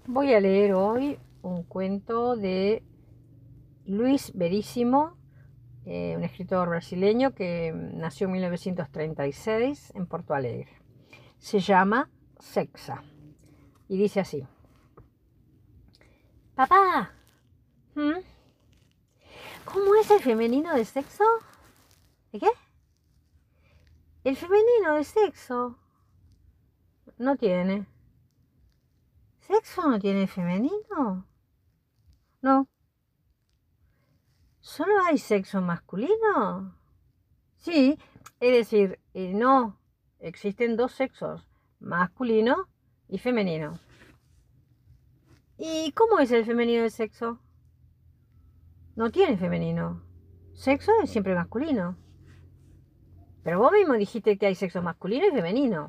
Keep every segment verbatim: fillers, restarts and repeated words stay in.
Voy a leer hoy un cuento de Luis Veríssimo, eh, un escritor brasileño que nació en mil novecientos treinta y seis en Porto Alegre. Se llama Sexa y dice así: Papá, ¿Mm? ¿cómo es el femenino de sexo? ¿De qué? El femenino de sexo no tiene. ¿Sexo no tiene femenino? No. ¿Solo hay sexo masculino? Sí, es decir, eh, no, existen dos sexos, masculino y femenino. ¿Y cómo es el femenino del sexo? No tiene femenino. Sexo es siempre masculino. Pero vos mismo dijiste que hay sexo masculino y femenino.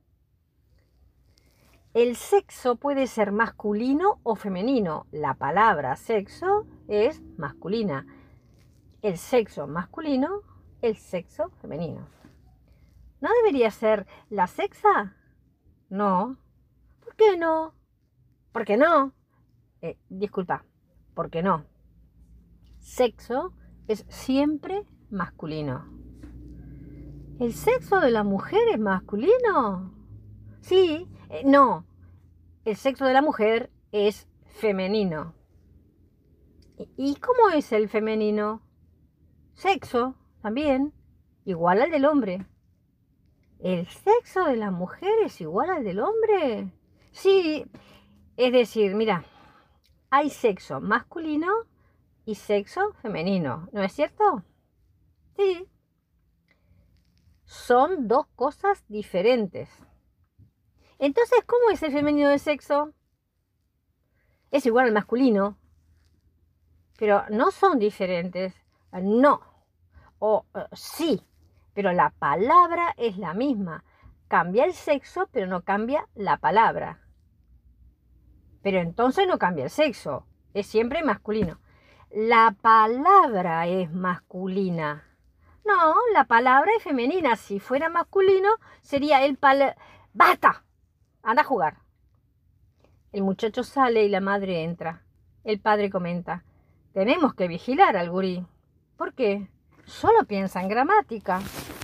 El sexo puede ser masculino o femenino. La palabra sexo es masculina. El sexo masculino, el sexo femenino. ¿No debería ser la sexa? No. ¿Por qué no? ¿Por qué no? Eh, disculpa, ¿por qué no? Sexo es siempre masculino. ¿El sexo de la mujer es masculino? Sí, eh, no. El sexo de la mujer es femenino. ¿Y cómo es el femenino? Sexo, también, igual al del hombre. ¿El sexo de la mujer es igual al del hombre? Sí, es decir, mira, hay sexo masculino y sexo femenino, ¿no es cierto? Sí. Son dos cosas diferentes. Entonces, ¿cómo es el femenino del sexo? Es igual al masculino, pero no son diferentes. No. O uh, sí, pero la palabra es la misma. Cambia el sexo, pero no cambia la palabra. Pero entonces no cambia el sexo. Es siempre masculino. La palabra es masculina. No, la palabra es femenina. Si fuera masculino, sería el pal... ¡Basta! Anda a jugar. El muchacho sale y la madre entra. El padre comenta: tenemos que vigilar al gurí. ¿Por qué? Solo piensa en gramática.